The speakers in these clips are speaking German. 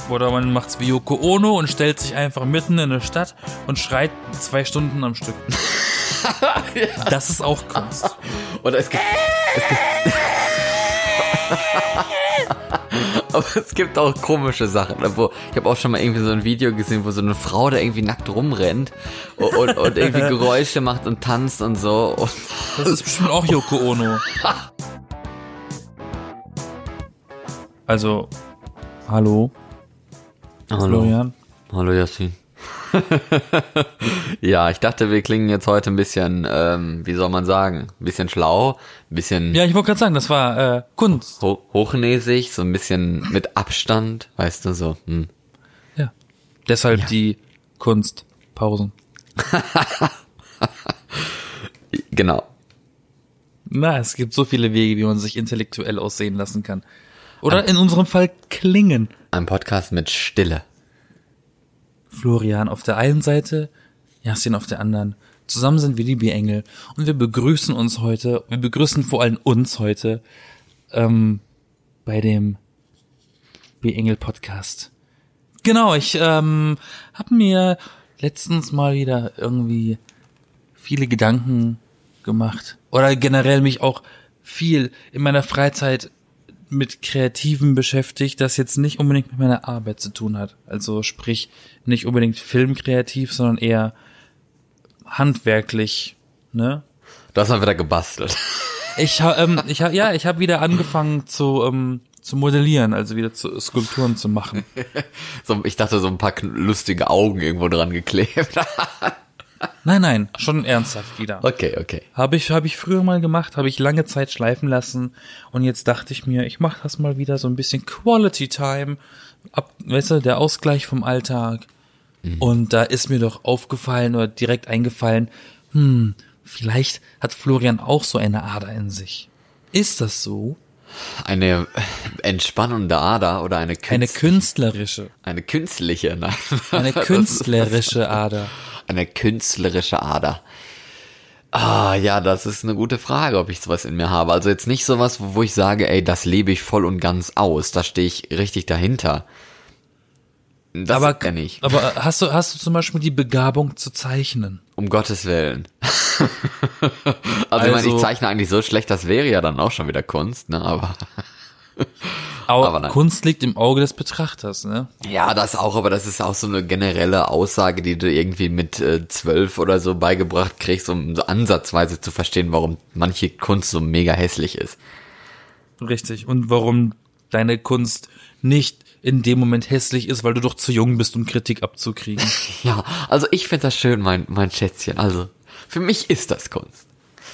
Oder man macht's wie Yoko Ono und stellt sich einfach mitten in eine Stadt und schreit 2 Stunden am Stück. Ja. Das ist auch Kunst. Oder aber es gibt auch komische Sachen. Ich habe auch schon mal irgendwie so ein Video gesehen, wo so eine Frau da irgendwie nackt rumrennt und irgendwie Geräusche macht und tanzt und so. Und das ist bestimmt auch Yoko Ono. Also, hallo. Hallo. Florian. Hallo Yassin. Ja, ich dachte, wir klingen jetzt heute ein bisschen, wie soll man sagen, ein bisschen schlau, ein bisschen... Ja, ich wollte gerade sagen, das war Kunst. Hochnäsig, so ein bisschen mit Abstand, weißt du, so. Ja, deshalb die Kunstpausen. Genau. Na, es gibt so viele Wege, wie man sich intellektuell aussehen lassen kann. Oder in unserem Fall klingen. Ein Podcast mit Stille. Florian auf der einen Seite, Yassin auf der anderen. Zusammen sind wir die B-Engel und wir begrüßen vor allem uns heute bei dem B-Engel-Podcast. Genau, ich habe mir letztens mal wieder irgendwie viele Gedanken gemacht oder generell mich auch viel in meiner Freizeit mit Kreativen beschäftigt, das jetzt nicht unbedingt mit meiner Arbeit zu tun hat. Also sprich, nicht unbedingt filmkreativ, sondern eher handwerklich, ne? Du hast mal wieder gebastelt. Ich habe wieder angefangen zu modellieren, also wieder Skulpturen zu machen. Ich dachte, so ein paar lustige Augen irgendwo dran geklebt. Nein, schon ernsthaft wieder. Okay. Habe ich früher mal gemacht, habe ich lange Zeit schleifen lassen und jetzt dachte ich mir, ich mache das mal wieder so ein bisschen Quality Time, weißt du, der Ausgleich vom Alltag. Und da ist mir doch aufgefallen oder direkt eingefallen, vielleicht hat Florian auch so eine Ader in sich. Ist das so? Eine entspannende Ader oder eine künstlerische. Eine künstliche, nein. Eine künstlerische Ader. Eine künstlerische Ader. Ah, ja, das ist eine gute Frage, ob ich sowas in mir habe. Also jetzt nicht sowas, wo ich sage, ey, das lebe ich voll und ganz aus. Da stehe ich richtig dahinter. Das aber kenn ich. Aber hast du zum Beispiel die Begabung zu zeichnen? Um Gottes Willen. Also ich meine, ich zeichne eigentlich so schlecht, das wäre ja dann auch schon wieder Kunst, ne, aber nein. Kunst liegt im Auge des Betrachters, ne? Ja, das auch, aber das ist auch so eine generelle Aussage, die du irgendwie mit 12 oder so beigebracht kriegst, um so ansatzweise zu verstehen, warum manche Kunst so mega hässlich ist. Richtig. Und warum deine Kunst nicht in dem Moment hässlich ist, weil du doch zu jung bist, um Kritik abzukriegen. Ja, also ich finde das schön, mein Schätzchen. Also, für mich ist das Kunst.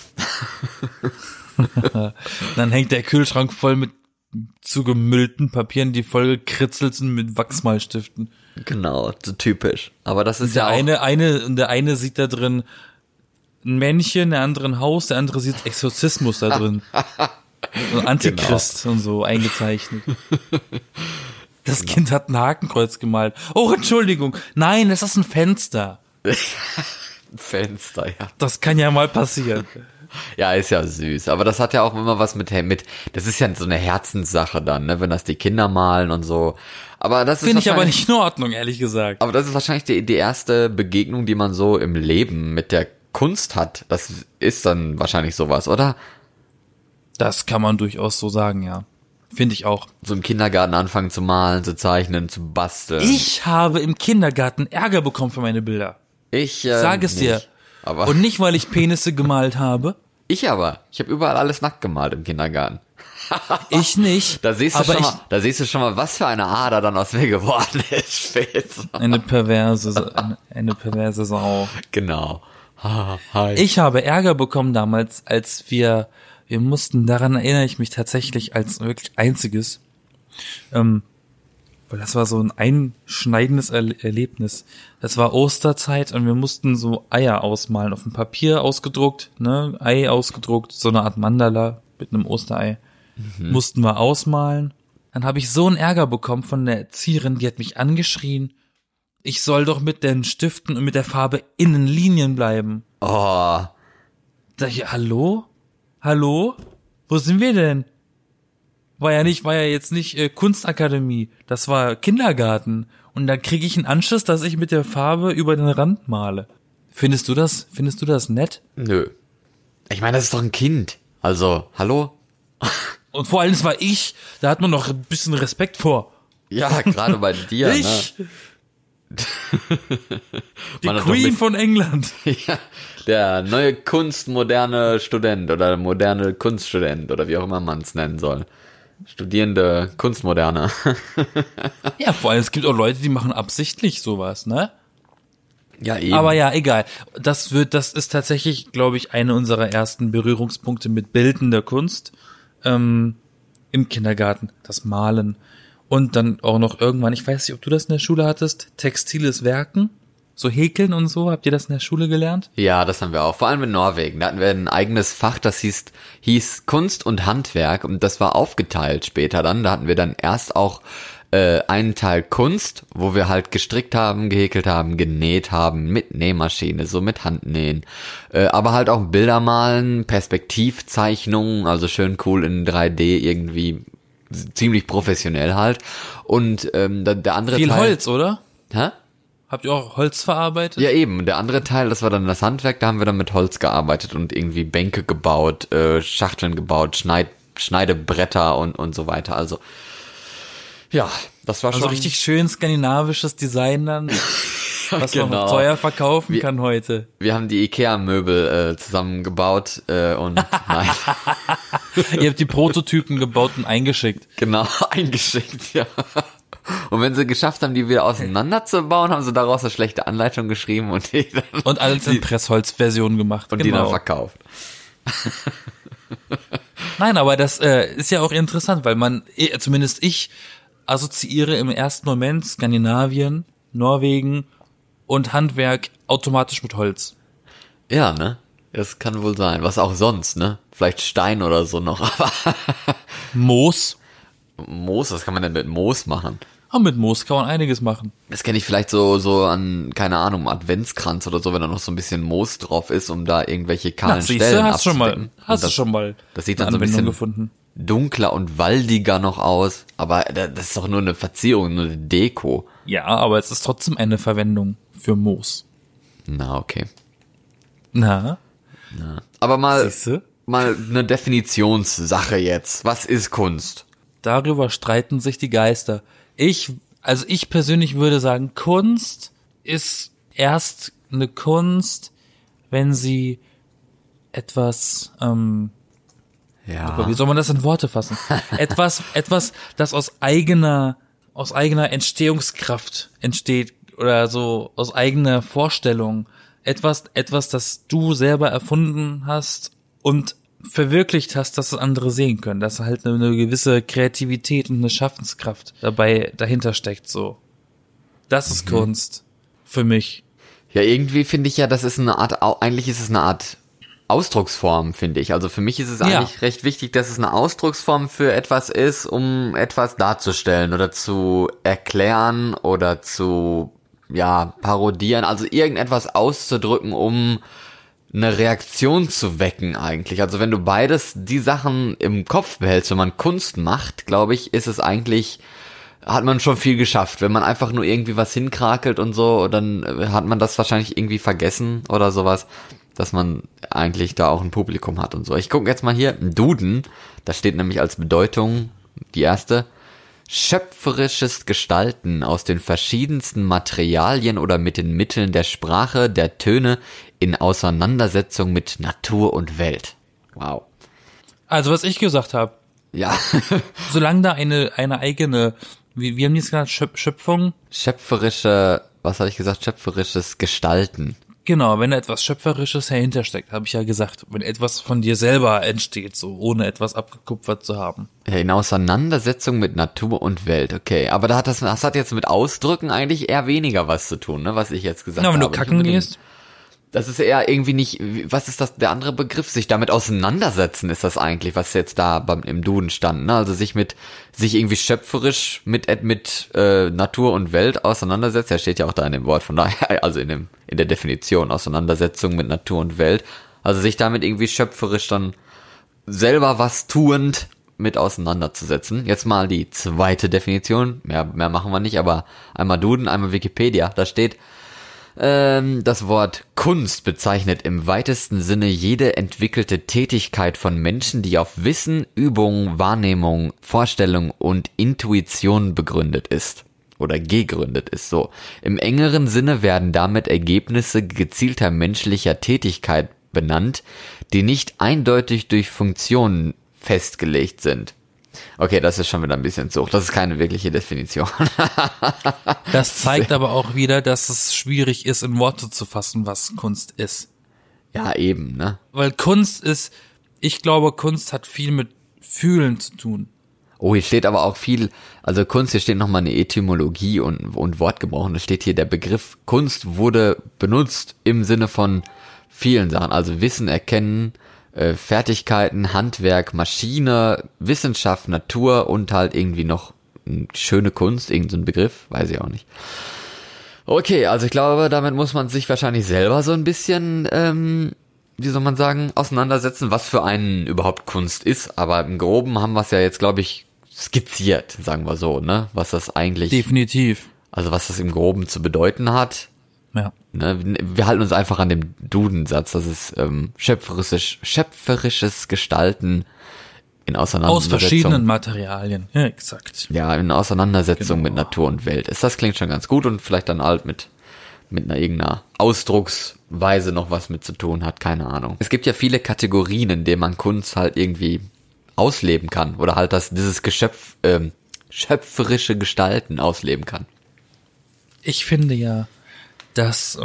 Dann hängt der Kühlschrank voll mit zugemüllten Papieren, die voll gekritzelt sind mit Wachsmalstiften. Genau, so typisch. Aber das ist der eine sieht da drin ein Männchen, der andere ein Haus, der andere sieht Exorzismus da drin. So Antichrist und so eingezeichnet. Das Kind hat ein Hakenkreuz gemalt. Oh, Entschuldigung. Nein, das ist ein Fenster. Fenster, ja. Das kann ja mal passieren. Ja, ist ja süß. Aber das hat ja auch immer was mit, das ist ja so eine Herzenssache dann, ne, wenn das die Kinder malen und so. Aber das ist finde ich aber nicht in Ordnung, ehrlich gesagt. Aber das ist wahrscheinlich die erste Begegnung, die man so im Leben mit der Kunst hat. Das ist dann wahrscheinlich sowas, oder? Das kann man durchaus so sagen, ja. Finde ich auch. So im Kindergarten anfangen zu malen, zu zeichnen, zu basteln. Ich habe im Kindergarten Ärger bekommen für meine Bilder. Ich sag es dir. Aber und nicht, weil ich Penisse gemalt habe. Ich habe überall alles nackt gemalt im Kindergarten. Ich nicht. Da siehst du schon mal, was für eine Ader dann aus mir geworden ist später. Eine perverse Sau. Genau. Hi. Ich habe Ärger bekommen damals, als wir mussten, daran erinnere ich mich tatsächlich als wirklich einziges, weil das war so ein einschneidendes Erlebnis. Das war Osterzeit und wir mussten so Eier ausmalen, auf dem Papier ausgedruckt, ne, Ei ausgedruckt, so eine Art Mandala mit einem Osterei. Mussten wir ausmalen. Dann habe ich so einen Ärger bekommen von der Erzieherin, die hat mich angeschrien, ich soll doch mit den Stiften und mit der Farbe in den Linien bleiben. Oh. Da ich, hallo? Wo sind wir denn? war ja jetzt nicht Kunstakademie, das war Kindergarten. Und da kriege ich einen Anschiss, dass ich mit der Farbe über den Rand male. Findest du das nett? Nö. Ich meine, das ist doch ein Kind. Also, hallo? Und vor allem, es war ich, da hat man noch ein bisschen Respekt vor. Ja, gerade bei dir, Ich? ne? Die Man hat doch Queen mit- von England. Ja, der neue kunstmoderne Student oder moderne Kunststudent oder wie auch immer man es nennen soll. Studierende Kunstmoderne. Ja, vor allem, es gibt auch Leute, die machen absichtlich sowas, ne? Ja, eben. Aber ja, egal. Das ist tatsächlich, glaube ich, eine unserer ersten Berührungspunkte mit bildender Kunst im Kindergarten, das Malen. Und dann auch noch irgendwann, ich weiß nicht, ob du das in der Schule hattest, textiles Werken, so Häkeln und so. Habt ihr das in der Schule gelernt? Ja, das haben wir auch. Vor allem in Norwegen. Da hatten wir ein eigenes Fach, das hieß Kunst und Handwerk. Und das war aufgeteilt später dann. Da hatten wir dann erst auch einen Teil Kunst, wo wir halt gestrickt haben, gehäkelt haben, genäht haben, mit Nähmaschine, so mit Handnähen. Aber halt auch Bilder malen, Perspektivzeichnungen, also schön cool in 3D irgendwie, ziemlich professionell halt. Und der andere Viel Teil... Holz, oder? Hä? Habt ihr auch Holz verarbeitet? Ja, eben. Der andere Teil, das war dann das Handwerk, da haben wir dann mit Holz gearbeitet und irgendwie Bänke gebaut, Schachteln gebaut, Schneidebretter und so weiter. Also, ja, das war Also schon... richtig schön skandinavisches Design dann, was man genau. teuer verkaufen kann heute. Wir haben die Ikea-Möbel zusammengebaut und nein, Ihr habt die Prototypen gebaut und eingeschickt. genau, eingeschickt, ja. Und wenn sie geschafft haben, die wieder auseinanderzubauen, haben sie daraus eine schlechte Anleitung geschrieben und die dann, Und alles in Pressholzversion gemacht. und die dann verkauft. Nein, aber das ist ja auch interessant, weil zumindest ich assoziiere im ersten Moment Skandinavien, Norwegen und Handwerk automatisch mit Holz. Ja, ne? Das kann wohl sein. Was auch sonst, ne? Vielleicht Stein oder so noch. Aber Moos. Moos, was kann man denn mit Moos machen? Aber mit Moos kann man einiges machen. Das kenne ich vielleicht so an, keine Ahnung, Adventskranz oder so, wenn da noch so ein bisschen Moos drauf ist, um da irgendwelche kahlen Stellen hast du abzudecken. schon mal Das sieht eine dann so ein Anwendung bisschen gefunden. dunkler und waldiger noch aus. Aber das ist doch nur eine Verzierung, nur eine Deko. Ja, aber es ist trotzdem eine Verwendung für Moos. Na, okay. Na, Aber mal siehste? eine Definitionssache jetzt. Was ist Kunst? Darüber streiten sich die Geister. Ich persönlich würde sagen, Kunst ist erst eine Kunst, wenn sie etwas, Ja. wie soll man das in Worte fassen? etwas, das aus eigener Entstehungskraft entsteht oder so aus eigener Vorstellung. Etwas, das du selber erfunden hast und verwirklicht hast, dass es andere sehen können, dass halt eine gewisse Kreativität und eine Schaffenskraft dahinter steckt, so. Das ist Kunst. Für mich. Ja, irgendwie finde ich ja, das ist eigentlich ist es eine Art Ausdrucksform, finde ich. Also für mich ist es eigentlich recht wichtig, dass es eine Ausdrucksform für etwas ist, um etwas darzustellen oder zu erklären oder zu, parodieren, also irgendetwas auszudrücken, um eine Reaktion zu wecken eigentlich. Also wenn du die Sachen im Kopf behältst, wenn man Kunst macht, glaube ich, hat man schon viel geschafft. Wenn man einfach nur irgendwie was hinkrakelt und so, dann hat man das wahrscheinlich irgendwie vergessen oder sowas, dass man eigentlich da auch ein Publikum hat und so. Ich gucke jetzt mal hier, im Duden, da steht nämlich als Bedeutung die erste: schöpferisches Gestalten aus den verschiedensten Materialien oder mit den Mitteln der Sprache, der Töne in Auseinandersetzung mit Natur und Welt. Wow. Also was ich gesagt habe, Ja. solange da eine eigene, wie haben die es genannt, Schöpfung? Schöpferisches Gestalten. Genau, wenn da etwas Schöpferisches dahinter steckt, habe ich ja gesagt, wenn etwas von dir selber entsteht, so ohne etwas abgekupfert zu haben. Ja, in Auseinandersetzung mit Natur und Welt, okay. Aber das hat jetzt mit Ausdrücken eigentlich eher weniger was zu tun, ne, was ich jetzt gesagt Na, habe. wenn du kacken gehst, Das ist eher irgendwie nicht, was ist das, der andere Begriff? Sich damit auseinandersetzen ist das eigentlich, was jetzt da im Duden stand, ne? Also sich irgendwie schöpferisch mit Natur und Welt auseinandersetzt. Ja, steht ja auch da in dem Wort, von daher, also in der Definition, Auseinandersetzung mit Natur und Welt. Also sich damit irgendwie schöpferisch dann selber was tuend mit auseinanderzusetzen. Jetzt mal die zweite Definition. Mehr machen wir nicht, aber einmal Duden, einmal Wikipedia. Da steht, das Wort Kunst bezeichnet im weitesten Sinne jede entwickelte Tätigkeit von Menschen, die auf Wissen, Übung, Wahrnehmung, Vorstellung und Intuition begründet ist. Oder gegründet ist, so. Im engeren Sinne werden damit Ergebnisse gezielter menschlicher Tätigkeit benannt, die nicht eindeutig durch Funktionen festgelegt sind. Okay, das ist schon wieder ein bisschen zu hoch. Das ist keine wirkliche Definition. Das zeigt aber auch wieder, dass es schwierig ist, in Worte zu fassen, was Kunst ist. Ja, eben, ne? Weil Kunst ist, ich glaube, Kunst hat viel mit Fühlen zu tun. Oh, hier steht aber auch viel, also Kunst, hier steht nochmal eine Etymologie und Wortgebrauch. Und da steht hier, der Begriff Kunst wurde benutzt im Sinne von vielen Sachen. Also Wissen, Erkennen, Fertigkeiten, Handwerk, Maschine, Wissenschaft, Natur und halt irgendwie noch schöne Kunst, irgend so ein Begriff, weiß ich auch nicht. Okay, also ich glaube, damit muss man sich wahrscheinlich selber so ein bisschen, wie soll man sagen, auseinandersetzen, was für einen überhaupt Kunst ist. Aber im Groben haben wir es ja jetzt, glaube ich, skizziert, sagen wir so, ne? Was das eigentlich... Definitiv. Also was das im Groben zu bedeuten hat. Ja. Ne? Wir halten uns einfach an dem Duden-Satz, das ist schöpferisches Gestalten in Auseinandersetzung. Aus verschiedenen Materialien, ja, exakt. Ja, in Auseinandersetzung mit Genau. Natur und Welt. Das klingt schon ganz gut und vielleicht dann halt mit einer irgendeiner Ausdrucksweise noch was mit zu tun hat, keine Ahnung. Es gibt ja viele Kategorien, in denen man Kunst halt irgendwie ausleben kann oder halt dieses schöpferische Gestalten ausleben kann. Ich finde ja, dass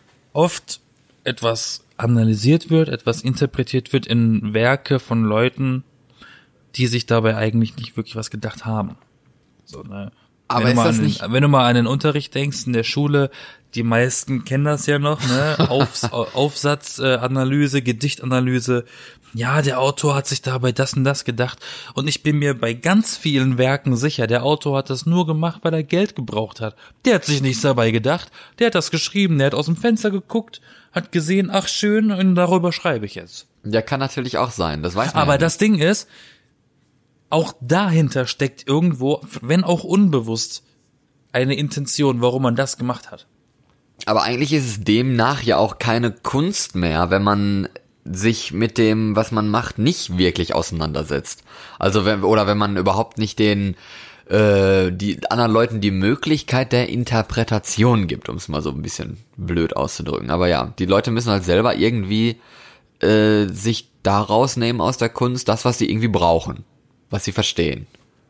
oft etwas analysiert wird, etwas interpretiert wird in Werke von Leuten, die sich dabei eigentlich nicht wirklich was gedacht haben. So, ne? Aber wenn ist das nicht... Wenn du mal an den Unterricht denkst in der Schule, die meisten kennen das ja noch, ne? Aufsatzanalyse, Gedichtanalyse. Ja, der Autor hat sich dabei das und das gedacht. Und ich bin mir bei ganz vielen Werken sicher, der Autor hat das nur gemacht, weil er Geld gebraucht hat. Der hat sich nichts dabei gedacht. Der hat das geschrieben, der hat aus dem Fenster geguckt, hat gesehen, ach schön, und darüber schreibe ich jetzt. Ja, kann natürlich auch sein, das weiß man Aber ja das Ding ist, auch dahinter steckt irgendwo, wenn auch unbewusst, eine Intention, warum man das gemacht hat. Aber eigentlich ist es demnach ja auch keine Kunst mehr, wenn man sich mit dem, was man macht, nicht wirklich auseinandersetzt. Also wenn man überhaupt nicht die anderen Leuten die Möglichkeit der Interpretation gibt, um es mal so ein bisschen blöd auszudrücken. Aber ja, die Leute müssen halt selber irgendwie sich da rausnehmen aus der Kunst, das, was sie irgendwie brauchen, was sie verstehen.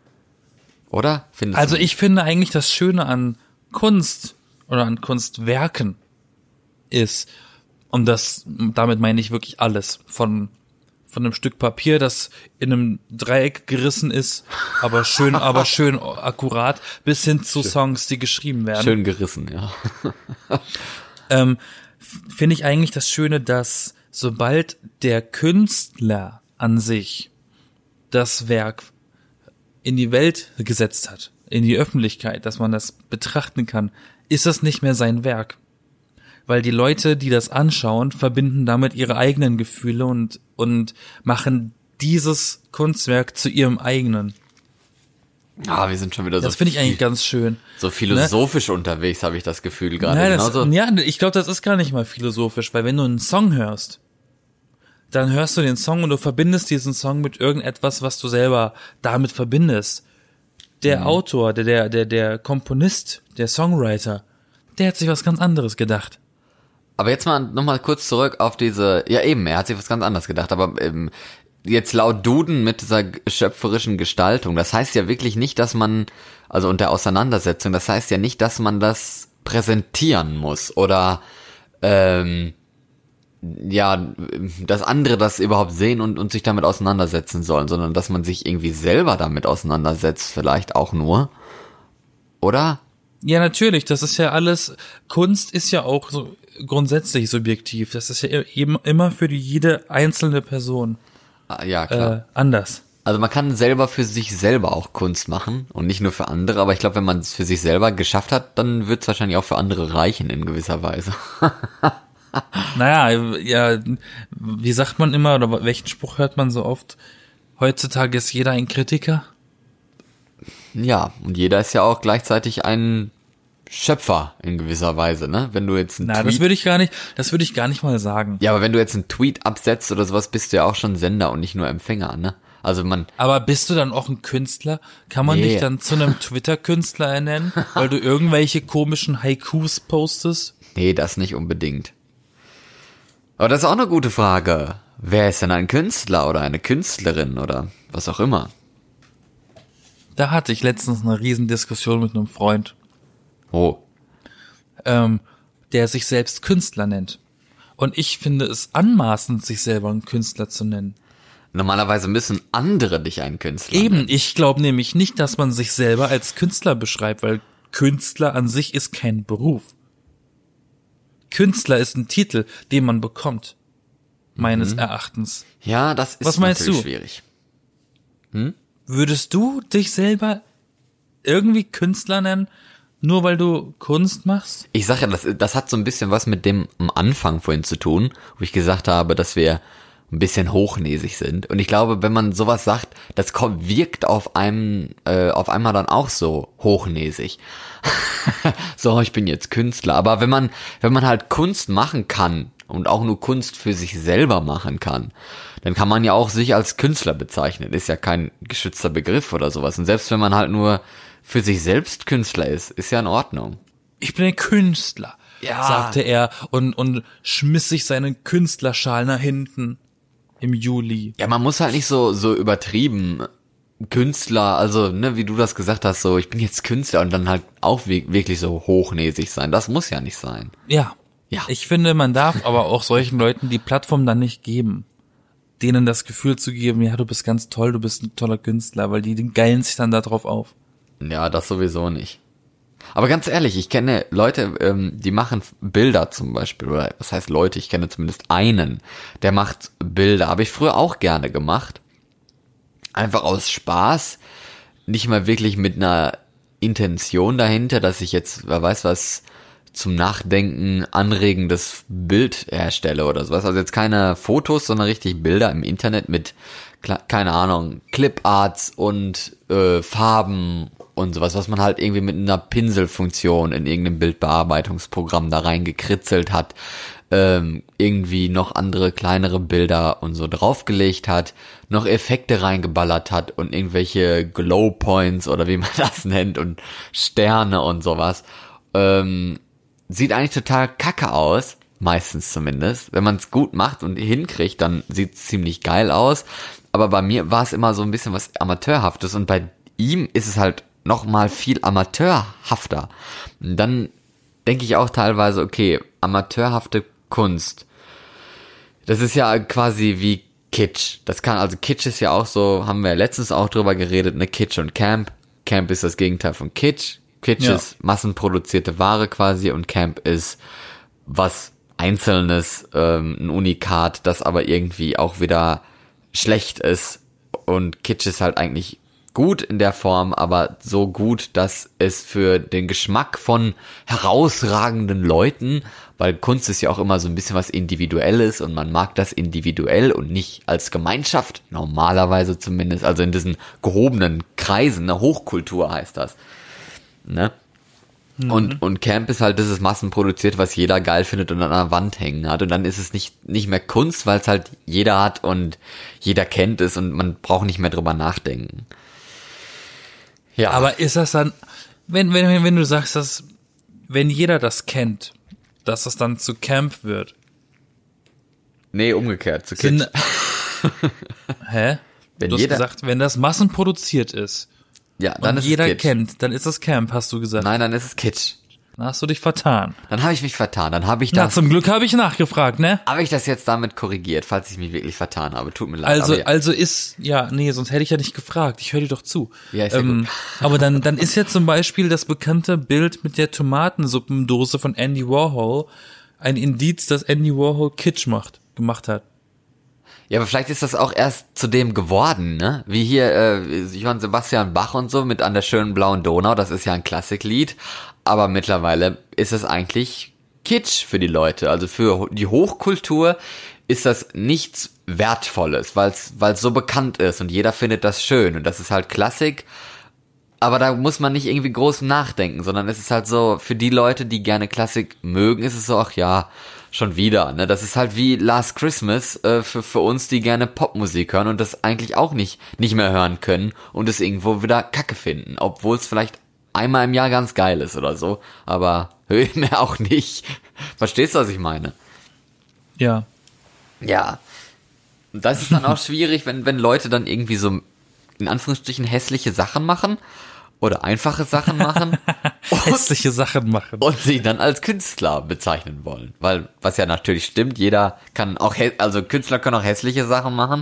Oder? Also ich finde eigentlich das Schöne an Kunst oder an Kunstwerken ist, und damit meine ich wirklich alles, von einem Stück Papier, das in einem Dreieck gerissen ist, aber schön akkurat, bis hin zu Songs, die geschrieben werden. Schön gerissen, ja. Finde ich eigentlich das Schöne, dass sobald der Künstler an sich das Werk in die Welt gesetzt hat, in die Öffentlichkeit, dass man das betrachten kann, ist das nicht mehr sein Werk. Weil die Leute, die das anschauen, verbinden damit ihre eigenen Gefühle und machen dieses Kunstwerk zu ihrem eigenen. Ah, wir sind schon wieder Das finde ich eigentlich ganz schön. So philosophisch unterwegs, habe ich das Gefühl gerade. Ja, ich glaube, das ist gar nicht mal philosophisch, weil wenn du einen Song hörst, dann hörst du den Song und du verbindest diesen Song mit irgendetwas, was du selber damit verbindest. Der Autor, der Komponist, der Songwriter, der hat sich was ganz anderes gedacht. Aber jetzt nochmal kurz zurück auf er hat sich was ganz anderes gedacht, aber jetzt laut Duden mit dieser schöpferischen Gestaltung, das heißt ja wirklich nicht, dass man, also und der Auseinandersetzung, das heißt ja nicht, dass man das präsentieren muss oder dass andere das überhaupt sehen und sich damit auseinandersetzen sollen, sondern dass man sich irgendwie selber damit auseinandersetzt, vielleicht auch nur, oder? Ja, natürlich, das ist ja alles, Kunst ist ja auch so grundsätzlich subjektiv, das ist ja eben immer für jede einzelne Person ja, klar. Anders. Also man kann selber für sich selber auch Kunst machen und nicht nur für andere, aber ich glaube, wenn man es für sich selber geschafft hat, dann wird es wahrscheinlich auch für andere reichen in gewisser Weise. Naja, ja, wie sagt man immer, oder welchen Spruch hört man so oft? Heutzutage ist jeder ein Kritiker. Ja, und jeder ist ja auch gleichzeitig ein Schöpfer in gewisser Weise, ne? Wenn du jetzt einen Na, Tweet... das würde ich gar nicht mal sagen. Ja, aber wenn du jetzt einen Tweet absetzt oder sowas, bist du ja auch schon Sender und nicht nur Empfänger, ne? Also Aber bist du dann auch ein Künstler? Kann man Nee. dich dann zu einem Twitter-Künstler ernennen, weil du irgendwelche komischen Haikus postest? Nee, das nicht unbedingt. Aber das ist auch eine gute Frage. Wer ist denn ein Künstler oder eine Künstlerin oder was auch immer? Da hatte ich letztens eine Riesendiskussion mit einem Freund, Oh. der sich selbst Künstler nennt. Und ich finde es anmaßend, sich selber einen Künstler zu nennen. Normalerweise müssen andere dich einen Künstler Eben, nennen. ich glaube nämlich nicht, dass man sich selber als Künstler beschreibt, weil Künstler an sich ist kein Beruf. Künstler ist ein Titel, den man bekommt. Meines Erachtens. Ja, das ist Was meinst natürlich du? schwierig. Würdest du dich selber irgendwie Künstler nennen, nur weil du Kunst machst? Ich sage ja, das hat so ein bisschen was mit dem am Anfang vorhin zu tun, wo ich gesagt habe, dass wir ein bisschen hochnäsig sind. Und ich glaube, wenn man sowas sagt, wirkt auf einmal dann auch so hochnäsig. So, ich bin jetzt Künstler. Aber wenn man halt Kunst machen kann und auch nur Kunst für sich selber machen kann, dann kann man ja auch sich als Künstler bezeichnen. Ist ja kein geschützter Begriff oder sowas. Und selbst wenn man halt nur für sich selbst Künstler ist ja in Ordnung. Ich bin ein Künstler, Ja. sagte er und schmiss sich seinen Künstlerschal nach hinten im Juli. Ja, man muss halt nicht so übertrieben Künstler, also, ne, wie du das gesagt hast, so, ich bin jetzt Künstler und dann halt auch wirklich so hochnäsig sein. Das muss ja nicht sein. Ja. Ja. Ich finde, man darf aber auch solchen Leuten die Plattform dann nicht geben. Denen das Gefühl zu geben, ja, du bist ganz toll, du bist ein toller Künstler, weil die geilen sich dann da drauf auf. Ja, das sowieso nicht. Aber ganz ehrlich, ich kenne Leute, die machen Bilder zum Beispiel, oder was heißt Leute, ich kenne zumindest einen, der macht Bilder, habe ich früher auch gerne gemacht. Einfach aus Spaß, nicht mal wirklich mit einer Intention dahinter, dass ich jetzt, wer weiß was, zum Nachdenken anregendes Bild herstelle oder sowas. Also jetzt keine Fotos, sondern richtig Bilder im Internet mit, keine Ahnung, Cliparts und Farben und sowas, was man halt irgendwie mit einer Pinselfunktion in irgendeinem Bildbearbeitungsprogramm da reingekritzelt hat, irgendwie noch andere kleinere Bilder und so draufgelegt hat, noch Effekte reingeballert hat und irgendwelche Glow Points oder wie man das nennt und Sterne und sowas. Sieht eigentlich total kacke aus, meistens zumindest. Wenn man es gut macht und hinkriegt, dann sieht es ziemlich geil aus. Aber bei mir war es immer so ein bisschen was Amateurhaftes und bei ihm ist es halt noch mal viel amateurhafter. Und dann denke ich auch teilweise, okay, amateurhafte Kunst, das ist ja quasi wie Kitsch. Also Kitsch ist ja auch so, haben wir ja letztens auch drüber geredet, ne, Kitsch und Camp. Camp ist das Gegenteil von Kitsch. Kitsch Ja. ist massenproduzierte Ware quasi und Camp ist was Einzelnes, ein Unikat, das aber irgendwie auch wieder schlecht ist. Und Kitsch ist halt eigentlich gut in der Form, aber so gut, dass es für den Geschmack von herausragenden Leuten, weil Kunst ist ja auch immer so ein bisschen was Individuelles und man mag das individuell und nicht als Gemeinschaft, normalerweise zumindest, also in diesen gehobenen Kreisen, eine Hochkultur heißt das, ne? Und Camp ist halt dieses massenproduziert, was jeder geil findet und an der Wand hängen hat. Und dann ist es nicht mehr Kunst, weil es halt jeder hat und jeder kennt es und man braucht nicht mehr drüber nachdenken. Ja. Aber ist das dann, wenn du sagst, dass, wenn jeder das kennt, dass das dann zu Camp wird? Nee, umgekehrt, zu Kitsch. Hä? Wenn Du hast jeder- gesagt, wenn das massenproduziert ist Ja, dann und ist jeder es Kitsch. kennt, dann ist das Camp, hast du gesagt. Nein, dann ist es Kitsch. Dann hast du dich vertan. Dann habe ich mich vertan. Dann habe ich Na, das, zum Glück habe ich nachgefragt, ne? habe ich das jetzt damit korrigiert, falls ich mich wirklich vertan habe. Tut mir leid. Also, aber ja. also ist, ja, nee, sonst hätte ich ja nicht gefragt. Ich höre dir doch zu. Ja, ist ja gut. Aber dann ist ja zum Beispiel das bekannte Bild mit der Tomatensuppendose von Andy Warhol ein Indiz, dass Andy Warhol Kitsch gemacht hat. Ja, aber vielleicht ist das auch erst zu dem geworden, ne? Wie hier Johann Sebastian Bach und so mit An der schönen blauen Donau, das ist ja ein Klassiklied, aber mittlerweile ist es eigentlich Kitsch für die Leute, also für die Hochkultur ist das nichts Wertvolles, weil es so bekannt ist und jeder findet das schön und das ist halt Klassik, aber da muss man nicht irgendwie groß nachdenken, sondern es ist halt so, für die Leute, die gerne Klassik mögen, ist es so, ach ja, schon wieder, ne? Das ist halt wie Last Christmas für uns, die gerne Popmusik hören und das eigentlich auch nicht mehr hören können und es irgendwo wieder Kacke finden, obwohl es vielleicht einmal im Jahr ganz geil ist oder so, aber mehr auch nicht. Verstehst du, was ich meine? Ja. Ja. Und das ist dann auch schwierig, wenn Leute dann irgendwie so in Anführungsstrichen hässliche Sachen machen oder einfache Sachen machen Hässliche Sachen machen. und sie dann als Künstler bezeichnen wollen. Weil, was ja natürlich stimmt, jeder kann auch, also Künstler können auch hässliche Sachen machen.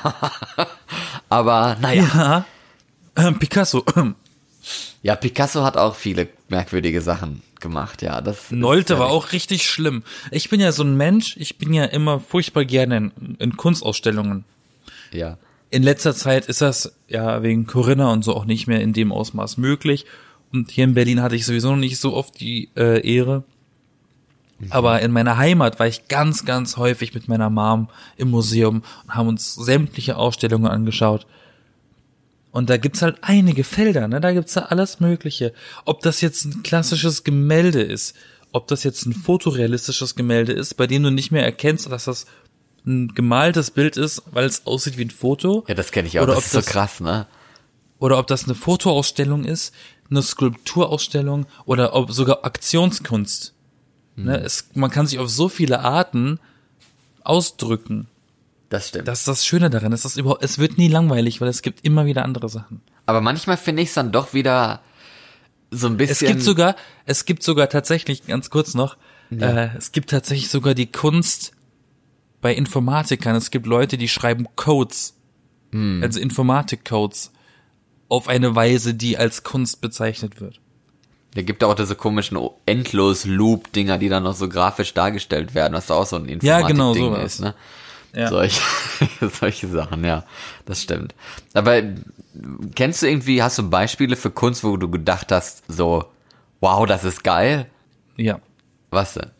Aber, naja. Ja. Picasso. Ja, Picasso hat auch viele merkwürdige Sachen gemacht, ja. Nolte war auch richtig schlimm. Ich bin ja so ein Mensch, ich bin ja immer furchtbar gerne in Kunstausstellungen. Ja. In letzter Zeit ist das ja wegen Corinna und so auch nicht mehr in dem Ausmaß möglich. Und hier in Berlin hatte ich sowieso noch nicht so oft die Ehre. Aber in meiner Heimat war ich ganz, ganz häufig mit meiner Mom im Museum und haben uns sämtliche Ausstellungen angeschaut. Und da gibt's halt einige Felder, ne? Da gibt's da alles Mögliche. Ob das jetzt ein klassisches Gemälde ist, ob das jetzt ein fotorealistisches Gemälde ist, bei dem du nicht mehr erkennst, dass das ein gemaltes Bild ist, weil es aussieht wie ein Foto. Ja, das kenne ich auch, Oder das ist so krass, ne? Oder ob das eine Fotoausstellung ist, eine Skulpturausstellung oder ob sogar Aktionskunst. Ne? Man kann sich auf so viele Arten ausdrücken. Das stimmt. Das ist das Schöne daran. Es wird nie langweilig, weil es gibt immer wieder andere Sachen. Aber manchmal finde ich es dann doch wieder so ein bisschen... Es gibt sogar tatsächlich, ganz kurz noch, es gibt tatsächlich sogar die Kunst bei Informatikern. Es gibt Leute, die schreiben Codes, also Informatik-Codes, auf eine Weise, die als Kunst bezeichnet wird. Da gibt auch diese komischen Endlos-Loop-Dinger, die dann noch so grafisch dargestellt werden, was da auch so ein Informatik-Ding Ja, genau, sowas. ist, ne? Ja. Solche Sachen, ja, das stimmt. Aber kennst du irgendwie, hast du Beispiele für Kunst, wo du gedacht hast, so, wow, das ist geil? Ja. Was denn?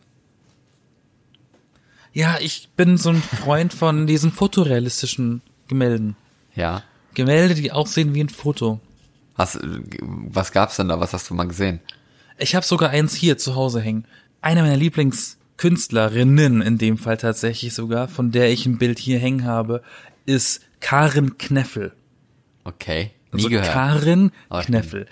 Ja, ich bin so ein Freund von diesen fotorealistischen Gemälden. Ja. Gemälde, die aussehen wie ein Foto. Was gab's denn da? Was hast du mal gesehen? Ich habe sogar eins hier zu Hause hängen. Eine meiner Lieblingskünstlerinnen, in dem Fall tatsächlich sogar, von der ich ein Bild hier hängen habe, ist Karin Kneffel. Okay, nie Also gehört. Karin Kneffel.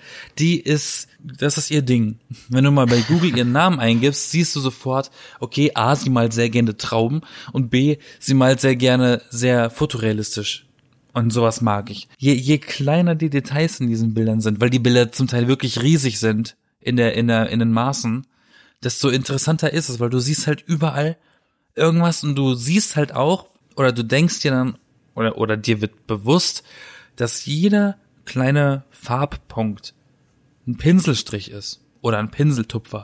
Das ist ihr Ding. Wenn du mal bei Google ihren Namen eingibst, siehst du sofort, okay, A, sie malt sehr gerne Trauben und B, sie malt sehr gerne sehr fotorealistisch. Und sowas mag ich. Je kleiner die Details in diesen Bildern sind, weil die Bilder zum Teil wirklich riesig sind in den Maßen, desto interessanter ist es, weil du siehst halt überall irgendwas und du siehst halt auch, oder du denkst dir dann, oder dir wird bewusst, dass jeder kleine Farbpunkt ein Pinselstrich ist oder ein Pinseltupfer.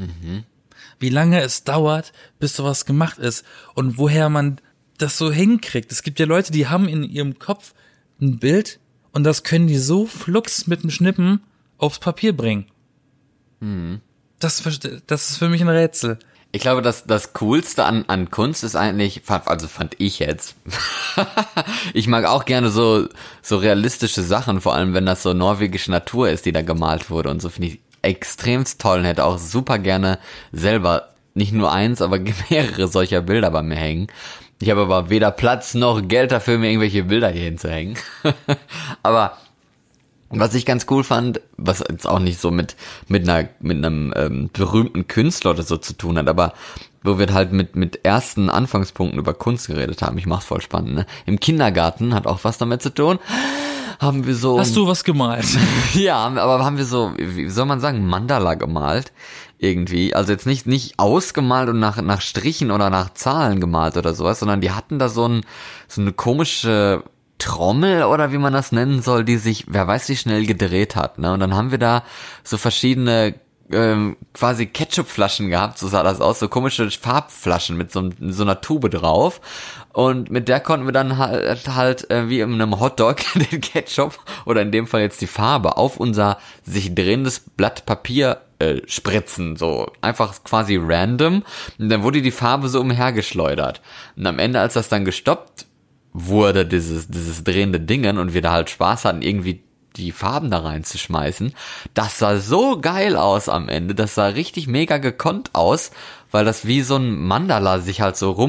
Wie lange es dauert, bis sowas gemacht ist und woher man das so hinkriegt. Es gibt ja Leute, die haben in ihrem Kopf ein Bild und das können die so flugs mit dem Schnippen aufs Papier bringen. Das ist für mich ein Rätsel. Ich glaube, das Coolste an Kunst ist eigentlich, also fand ich jetzt, ich mag auch gerne so realistische Sachen, vor allem wenn das so norwegische Natur ist, die da gemalt wurde und so, finde ich extremst toll und hätte auch super gerne selber nicht nur eins, aber mehrere solcher Bilder bei mir hängen. Ich habe aber weder Platz noch Geld dafür, mir irgendwelche Bilder hier hinzuhängen. Aber was ich ganz cool fand, was jetzt auch nicht so mit einem berühmten Künstler oder so zu tun hat, aber wo wir halt mit ersten Anfangspunkten über Kunst geredet haben, ich mach's voll spannend, ne? Im Kindergarten hat auch was damit zu tun. Haben wir so... Hast du was gemalt? Ja, aber haben wir so, wie soll man sagen, Mandala gemalt irgendwie. Also jetzt nicht ausgemalt und nach Strichen oder nach Zahlen gemalt oder sowas, sondern die hatten da so eine komische Trommel oder wie man das nennen soll, die sich, wer weiß wie schnell gedreht hat, ne? Und dann haben wir da so verschiedene quasi Ketchupflaschen gehabt, so sah das aus, so komische Farbflaschen mit so einer Tube drauf und mit der konnten wir dann halt wie in einem Hotdog den Ketchup oder in dem Fall jetzt die Farbe auf unser sich drehendes Blatt Papier spritzen, so einfach quasi random. Und dann wurde die Farbe so umhergeschleudert. Und am Ende, als das dann gestoppt wurde, dieses drehende Dingen, und wir da halt Spaß hatten, irgendwie die Farben da reinzuschmeißen, das sah so geil aus am Ende, das sah richtig mega gekonnt aus, weil das wie so ein Mandala sich halt so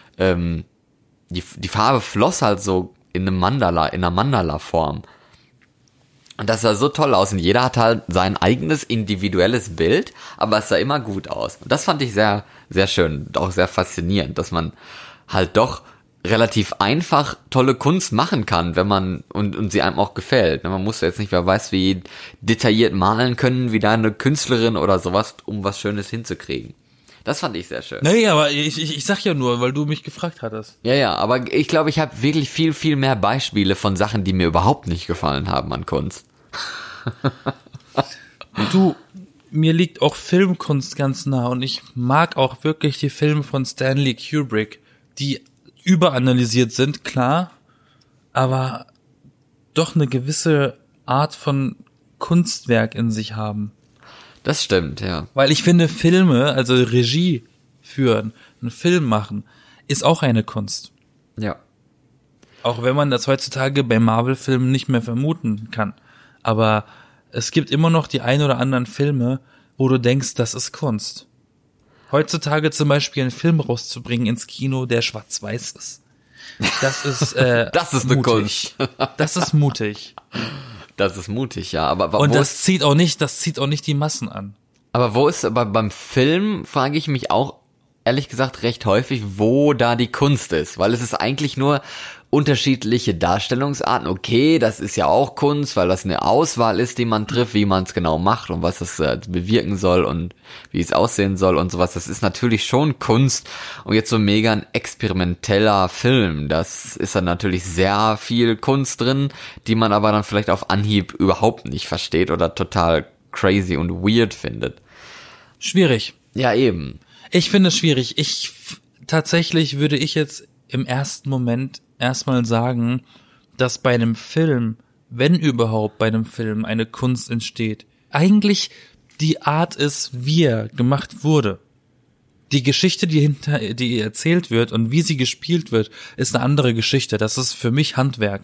die Farbe floss halt so in einer Mandala-Form. Und das sah so toll aus, und jeder hat halt sein eigenes individuelles Bild, aber es sah immer gut aus. Und das fand ich sehr, sehr schön und auch sehr faszinierend, dass man halt doch relativ einfach tolle Kunst machen kann, wenn man und sie einem auch gefällt. Man muss jetzt nicht, wer weiß, wie detailliert malen können, wie da eine Künstlerin oder sowas, um was Schönes hinzukriegen. Das fand ich sehr schön. Naja, aber ich sag ja nur, weil du mich gefragt hattest. Ja, aber ich glaube, ich habe wirklich viel, viel mehr Beispiele von Sachen, die mir überhaupt nicht gefallen haben an Kunst. Du, mir liegt auch Filmkunst ganz nah, und ich mag auch wirklich die Filme von Stanley Kubrick, die überanalysiert sind, klar, aber doch eine gewisse Art von Kunstwerk in sich haben. Das stimmt, ja. Weil ich finde, Filme, also Regie führen, einen Film machen, ist auch eine Kunst. Ja. Auch wenn man das heutzutage bei Marvel-Filmen nicht mehr vermuten kann. Aber es gibt immer noch die ein oder anderen Filme, wo du denkst, das ist Kunst. Heutzutage zum Beispiel einen Film rauszubringen ins Kino, der schwarz-weiß ist. Das ist das ist eine mutig. Kunst. Das ist mutig. Das ist mutig, ja. Aber und das zieht auch nicht die Massen an. Aber wo ist, beim Film frage ich mich auch, ehrlich gesagt, recht häufig, wo da die Kunst ist. Weil es ist eigentlich nur unterschiedliche Darstellungsarten. Okay, das ist ja auch Kunst, weil das eine Auswahl ist, die man trifft, wie man es genau macht und was das bewirken soll und wie es aussehen soll und sowas. Das ist natürlich schon Kunst. Und jetzt so mega ein experimenteller Film. Das ist dann natürlich sehr viel Kunst drin, die man aber dann vielleicht auf Anhieb überhaupt nicht versteht oder total crazy und weird findet. Schwierig. Ja, eben. Ich finde es schwierig. Tatsächlich würde ich jetzt im ersten Moment erstmal sagen, dass bei einem Film, wenn überhaupt bei einem Film eine Kunst entsteht, eigentlich die Art ist, wie er gemacht wurde. Die Geschichte, die erzählt wird und wie sie gespielt wird, ist eine andere Geschichte. Das ist für mich Handwerk.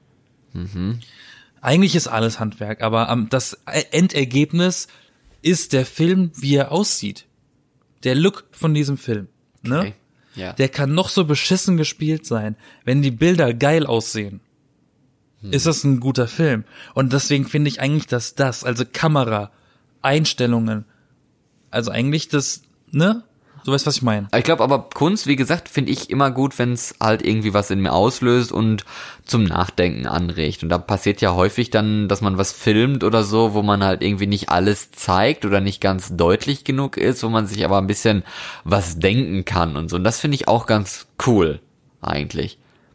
Mhm. Eigentlich ist alles Handwerk, aber das Endergebnis ist der Film, wie er aussieht. Der Look von diesem Film. Ne? Okay. Ja. Der kann noch so beschissen gespielt sein. Wenn die Bilder geil aussehen, ist das ein guter Film. Und deswegen finde ich eigentlich, dass also Kamera, Einstellungen, also eigentlich das, ne? Du weißt, was ich meine. Ich glaube aber, Kunst, wie gesagt, finde ich immer gut, wenn es halt irgendwie was in mir auslöst und zum Nachdenken anregt. Und da passiert ja häufig dann, dass man was filmt oder so, wo man halt irgendwie nicht alles zeigt oder nicht ganz deutlich genug ist, wo man sich aber ein bisschen was denken kann und so. Und das finde ich auch ganz cool, eigentlich.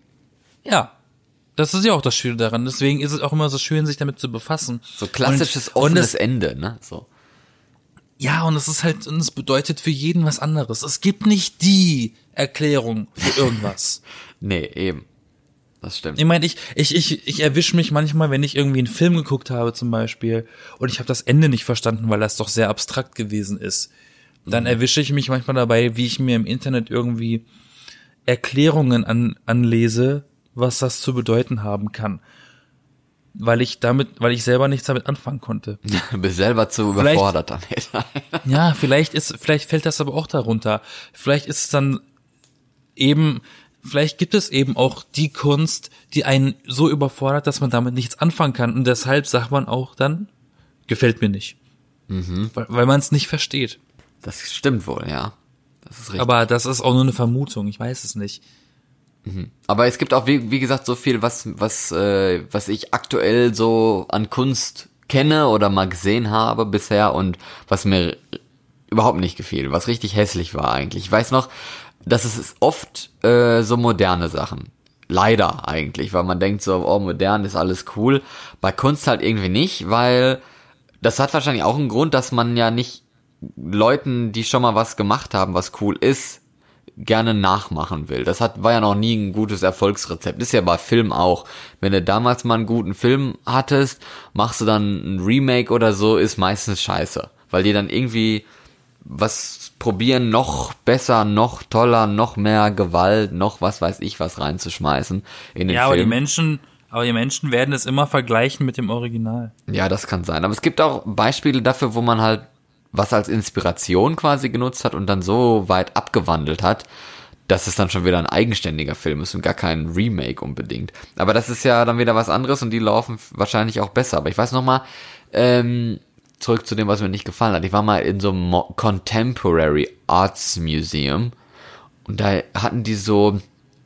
Ja. Das ist ja auch das Schöne daran. Deswegen ist es auch immer so schön, sich damit zu befassen. So klassisches offenes Ende, ne? So. Ja, und es ist halt, und es bedeutet für jeden was anderes. Es gibt nicht die Erklärung für irgendwas. Nee, eben. Das stimmt. Ich meine, ich erwische mich manchmal, wenn ich irgendwie einen Film geguckt habe zum Beispiel und ich habe das Ende nicht verstanden, weil das doch sehr abstrakt gewesen ist. Dann erwische ich mich manchmal dabei, wie ich mir im Internet irgendwie Erklärungen anlese, was das zu bedeuten haben kann. Weil ich selber nichts damit anfangen konnte. Du bist selber zu überfordert damit. Ja, vielleicht fällt das aber auch darunter. Vielleicht ist es dann eben, vielleicht gibt es eben auch die Kunst, die einen so überfordert, dass man damit nichts anfangen kann. Und deshalb sagt man auch dann, gefällt mir nicht. Mhm. Weil man es nicht versteht. Das stimmt wohl, ja. Das ist richtig. Aber das ist auch nur eine Vermutung, ich weiß es nicht. Aber es gibt auch, wie gesagt, so viel, was ich aktuell so an Kunst kenne oder mal gesehen habe bisher und was mir überhaupt nicht gefiel, was richtig hässlich war eigentlich. Ich weiß noch, dass es oft so moderne Sachen. Leider eigentlich, weil man denkt so, oh, modern ist alles cool. Bei Kunst halt irgendwie nicht, weil das hat wahrscheinlich auch einen Grund, dass man ja nicht Leuten, die schon mal was gemacht haben, was cool ist, gerne nachmachen will. War ja noch nie ein gutes Erfolgsrezept. Ist ja bei Film auch. Wenn du damals mal einen guten Film hattest, machst du dann ein Remake oder so, ist meistens scheiße. weil die dann irgendwie was probieren, noch besser, noch toller, noch mehr Gewalt, noch was weiß ich was reinzuschmeißen in den Film. Aber die Menschen werden es immer vergleichen mit dem Original. Ja, das kann sein. Aber es gibt auch Beispiele dafür, wo man halt was als Inspiration quasi genutzt hat und dann so weit abgewandelt hat, dass es dann schon wieder ein eigenständiger Film ist und gar kein Remake unbedingt. Aber das ist ja dann wieder was anderes und die laufen wahrscheinlich auch besser. Aber ich weiß noch mal, zurück zu dem, was mir nicht gefallen hat. Ich war mal in so einem Contemporary Arts Museum und da hatten die so,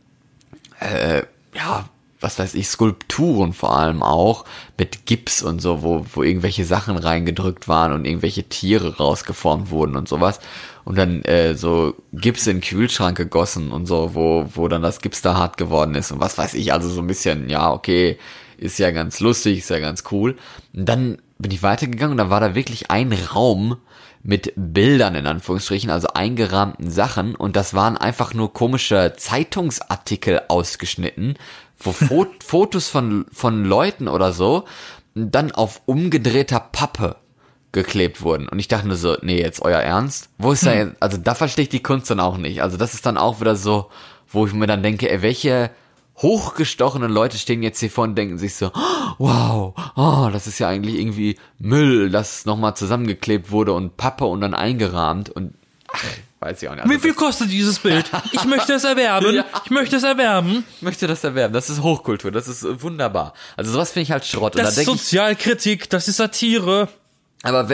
was weiß ich, Skulpturen vor allem auch, mit Gips und so, wo irgendwelche Sachen reingedrückt waren und irgendwelche Tiere rausgeformt wurden und sowas. Und dann so Gips in den Kühlschrank gegossen und so, wo dann das Gips da hart geworden ist und was weiß ich, also so ein bisschen, ja, okay, ist ja ganz lustig, ist ja ganz cool. Und dann bin ich weitergegangen und da war da wirklich ein Raum mit Bildern in Anführungsstrichen, also eingerahmten Sachen und das waren einfach nur komische Zeitungsartikel ausgeschnitten, wo Fotos von Leuten oder so dann auf umgedrehter Pappe geklebt wurden. Und ich dachte nur so, nee, jetzt euer Ernst? Wo ist da jetzt, also da verstehe ich die Kunst dann auch nicht. Also das ist dann auch wieder so, wo ich mir dann denke, ey, welche hochgestochenen Leute stehen jetzt hier vor und denken sich so, wow, oh, das ist ja eigentlich irgendwie Müll, das nochmal zusammengeklebt wurde und Pappe und dann eingerahmt und ach, weiß ich auch nicht. Also wie viel kostet dieses Bild? Ich möchte es erwerben. Ja. Ich möchte es erwerben. Ich möchte das erwerben. Das ist Hochkultur. Das ist wunderbar. Also sowas finde ich halt Schrott. Das ist Sozialkritik. Das ist Satire. Aber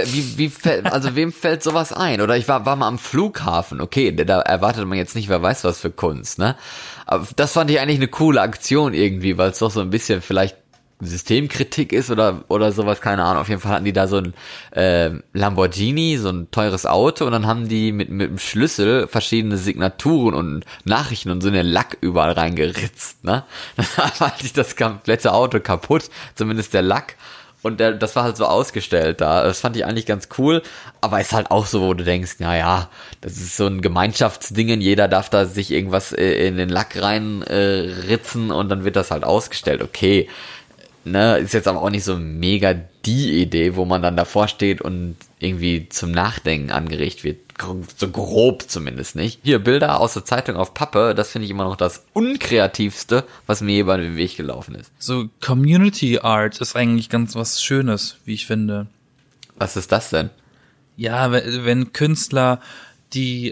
wem fällt sowas ein? Oder ich war mal am Flughafen. Okay, da erwartet man jetzt nicht, wer weiß was für Kunst, ne? Aber das fand ich eigentlich eine coole Aktion irgendwie, weil es doch so ein bisschen vielleicht Systemkritik ist oder sowas, keine Ahnung. Auf jeden Fall hatten die da so ein Lamborghini, so ein teures Auto und dann haben die mit dem Schlüssel verschiedene Signaturen und Nachrichten und so einen Lack überall reingeritzt, ne? Dann war halt das komplette Auto kaputt, zumindest der Lack. Und das war halt so ausgestellt da. Das fand ich eigentlich ganz cool. Aber ist halt auch so, wo du denkst, naja, das ist so ein Gemeinschaftsding. Jeder darf da sich irgendwas in den Lack reinritzen und dann wird das halt ausgestellt. Okay, ne, ist jetzt aber auch nicht so mega die Idee, wo man dann davor steht und irgendwie zum Nachdenken angeregt wird. So grob zumindest nicht. Hier, Bilder aus der Zeitung auf Pappe, das finde ich immer noch das Unkreativste, was mir je über den Weg gelaufen ist. So Community Art ist eigentlich ganz was Schönes, wie ich finde. Was ist das denn? Ja, wenn Künstler die